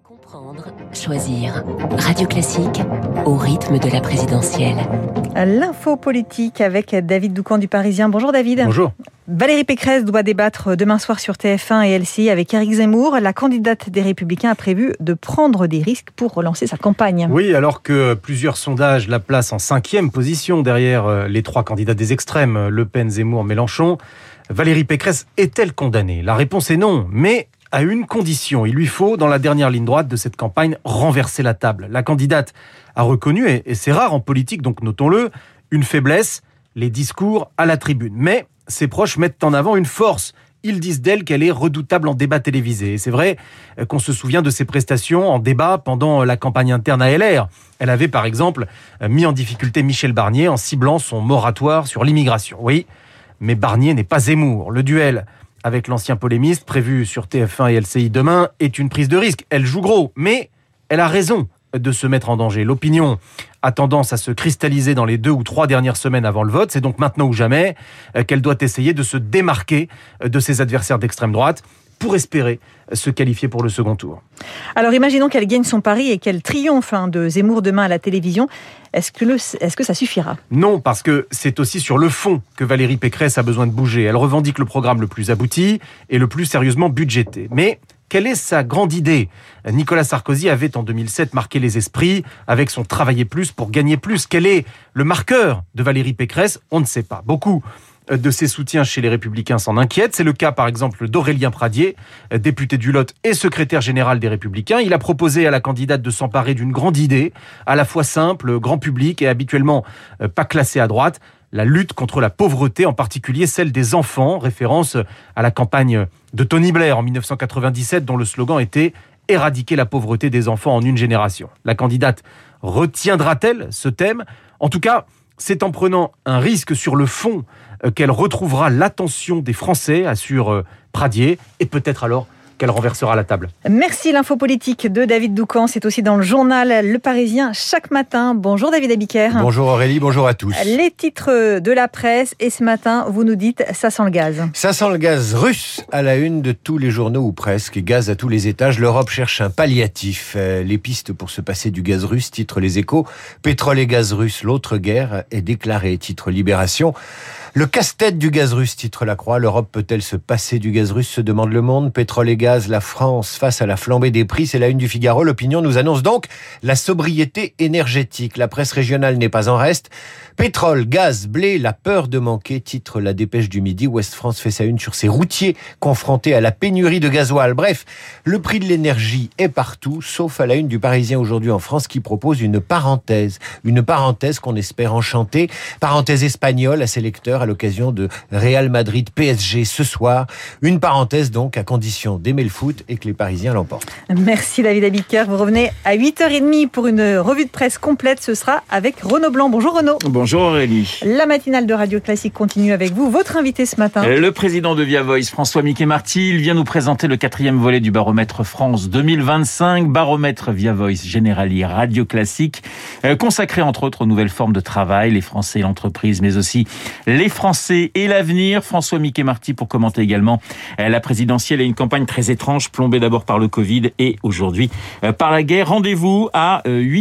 Comprendre, choisir. Radio Classique, au rythme de la présidentielle. L'info politique avec David Doucan du Parisien. Bonjour David. Bonjour. Valérie Pécresse doit débattre demain soir sur TF1 et LCI avec Éric Zemmour. La candidate des Républicains a prévu de prendre des risques pour relancer sa campagne. Oui, alors que plusieurs sondages la placent en 5e position derrière les trois candidats des extrêmes, Le Pen, Zemmour, Mélenchon, Valérie Pécresse est-elle condamnée ? La réponse est non, mais à une condition. Il lui faut, dans la dernière ligne droite de cette campagne, renverser la table. La candidate a reconnu, et c'est rare en politique, donc notons-le, une faiblesse, les discours à la tribune. Mais ses proches mettent en avant une force. Ils disent d'elle qu'elle est redoutable en débat télévisé. Et c'est vrai qu'on se souvient de ses prestations en débat pendant la campagne interne à LR. Elle avait par exemple mis en difficulté Michel Barnier en ciblant son moratoire sur l'immigration. Oui, mais Barnier n'est pas Zemmour. Le duel avec l'ancien polémiste, prévu sur TF1 et LCI demain, est une prise de risque. Elle joue gros, mais elle a raison de se mettre en danger. L'opinion a tendance à se cristalliser dans les 2 ou 3 dernières semaines avant le vote. C'est donc maintenant ou jamais qu'elle doit essayer de se démarquer de ses adversaires d'extrême droite pour espérer se qualifier pour le second tour. Alors imaginons qu'elle gagne son pari et qu'elle triomphe de Zemmour demain à la télévision. Est-ce que ça suffira ? Non, parce que c'est aussi sur le fond que Valérie Pécresse a besoin de bouger. Elle revendique le programme le plus abouti et le plus sérieusement budgété. Mais quelle est sa grande idée ? Nicolas Sarkozy avait en 2007 marqué les esprits avec son « travailler plus pour gagner plus ». Quel est le marqueur de Valérie Pécresse ? On ne sait pas. Beaucoup de ses soutiens chez les Républicains s'en inquiètent. C'est le cas, par exemple, d'Aurélien Pradier, député du Lot et secrétaire général des Républicains. Il a proposé à la candidate de s'emparer d'une grande idée, à la fois simple, grand public et habituellement pas classée à droite, la lutte contre la pauvreté, en particulier celle des enfants, référence à la campagne de Tony Blair en 1997, dont le slogan était « Éradiquer la pauvreté des enfants en une génération ». La candidate retiendra-t-elle ce thème ? En tout cas, c'est en prenant un risque sur le fond qu'elle retrouvera l'attention des Français, assure Pradier, et peut-être alors qu'elle renversera la table. Merci, l'info politique de David Doucan. C'est aussi dans le journal Le Parisien chaque matin. Bonjour David Abiker. Bonjour Aurélie, bonjour à tous. Les titres de la presse, et ce matin, vous nous dites, ça sent le gaz. Ça sent le gaz russe à la une de tous les journaux ou presque. Gaz à tous les étages. L'Europe cherche un palliatif. Les pistes pour se passer du gaz russe, titre Les Échos. Pétrole et gaz russe, l'autre guerre est déclarée, titre Libération. Le casse-tête du gaz russe, titre La Croix. L'Europe peut-elle se passer du gaz russe, se demande Le Monde. Pétrole et gaz, la France face à la flambée des prix, c'est la une du Figaro. L'Opinion nous annonce donc la sobriété énergétique. La presse régionale n'est pas en reste. Pétrole, gaz, blé, la peur de manquer, titre La Dépêche du Midi. Ouest France fait sa une sur ses routiers confrontés à la pénurie de gasoil. Bref, le prix de l'énergie est partout, sauf à la une du Parisien aujourd'hui en France qui propose une parenthèse qu'on espère enchantée, parenthèse espagnole à ses lecteurs à l'occasion de Real Madrid PSG ce soir. Une parenthèse donc à condition d'aimer le foot et que les Parisiens l'emportent. Merci David Abiker. Vous revenez à 8h30 pour une revue de presse complète. Ce sera avec Renaud Blanc. Bonjour Renaud. Bonjour Aurélie. La matinale de Radio Classique continue avec vous. Votre invité ce matin. Le président de Via Voice, François-Mickey Marty, il vient nous présenter le 4e volet du baromètre France 2025. Baromètre Via Voice Generali Radio Classique, consacré entre autres aux nouvelles formes de travail, les Français et l'entreprise, mais aussi les Français et l'avenir. François-Mickey Marty pour commenter également la présidentielle et une campagne très étrange, plombée d'abord par le Covid et aujourd'hui par la guerre. Rendez-vous à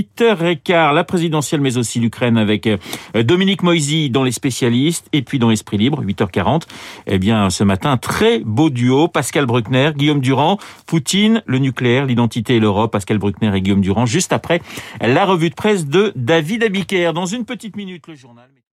8h15, la présidentielle mais aussi l'Ukraine avec Dominique Moisy dans Les Spécialistes et puis dans Esprit Libre, 8h40. Eh bien, ce matin, très beau duo, Pascal Bruckner, Guillaume Durand, Poutine, le nucléaire, l'identité et l'Europe, Pascal Bruckner et Guillaume Durand, juste après la revue de presse de David Abiker. Dans une petite minute, le journal.